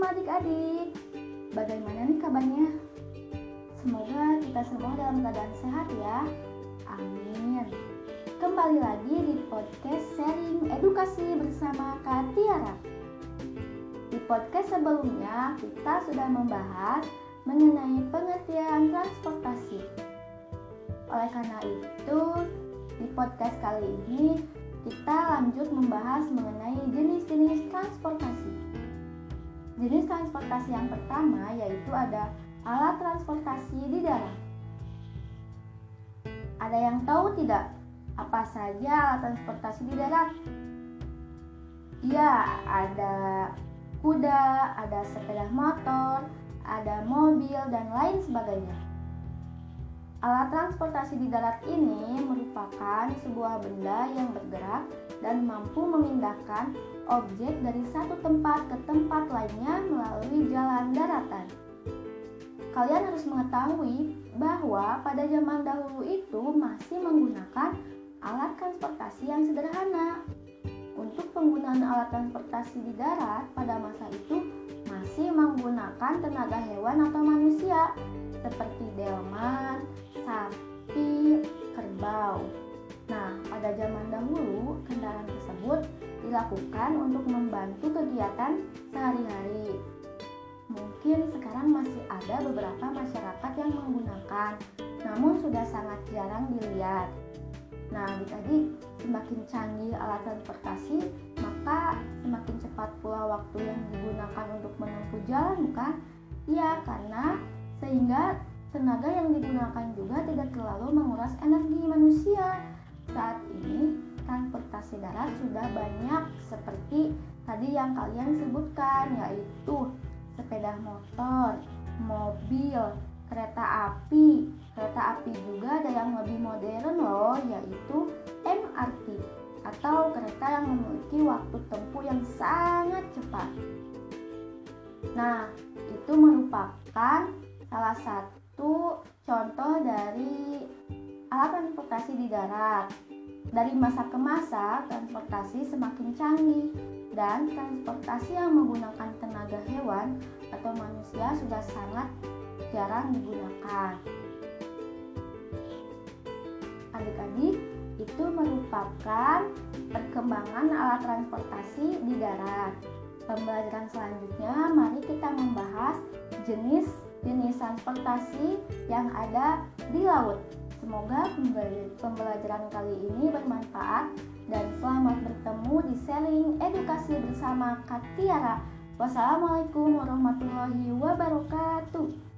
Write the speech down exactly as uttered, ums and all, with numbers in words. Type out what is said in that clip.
adik-adik, bagaimana nih kabarnya? Semoga kita semua dalam keadaan sehat ya. Amin. Kembali lagi di podcast sharing edukasi bersama Kak Tiara. Di podcast sebelumnya kita sudah membahas mengenai pengertian transportasi. Oleh karena itu, di podcast kali ini kita lanjut membahas mengenai jenis-jenis transportasi. Jenis transportasi yang pertama yaitu ada alat transportasi di darat. Ada yang tahu tidak apa saja alat transportasi di darat? Ya, ada kuda, ada sepeda motor, ada mobil, dan lain sebagainya. Alat transportasi di darat ini merupakan sebuah benda yang bergerak dan mampu memindahkan objek dari satu tempat ke tempat lainnya melalui jalan daratan. Kalian harus mengetahui bahwa pada zaman dahulu itu masih menggunakan alat transportasi yang sederhana. Untuk penggunaan alat transportasi di darat pada masa itu masih menggunakan tenaga hewan atau manusia seperti delman, sapi, kerbau. Nah, pada zaman dahulu kendaraan tersebut dilakukan untuk membantu kegiatan sehari-hari. Mungkin sekarang masih ada beberapa masyarakat yang menggunakan, namun sudah sangat jarang dilihat. Nah, adik-adik, semakin canggih alat transportasi, maka semakin cepat pula waktu yang digunakan untuk menempuh jalan, bukan? Ya, karena sehingga tenaga yang digunakan juga tidak terlalu menguras energi manusia. Saat ini, transportasi darat sudah banyak seperti tadi yang kalian sebutkan, yaitu sepeda motor, mobil, kereta api. Kereta api juga ada yang lebih modern loh, yaitu M R T atau kereta yang memiliki waktu tempuh yang sangat cepat. Nah, itu merupakan salah satu contoh dari alat transportasi di darat. Dari masa ke masa, transportasi semakin canggih dan transportasi yang menggunakan tenaga hewan atau manusia sudah sangat jarang digunakan. Adik-adik, itu merupakan perkembangan alat transportasi di darat. Pembelajaran selanjutnya, mari kita membahas jenis-jenis transportasi yang ada di laut. Semoga pembelajaran kali ini bermanfaat dan selamat bertemu di sharing edukasi bersama Kak Tiara. Wassalamualaikum warahmatullahi wabarakatuh.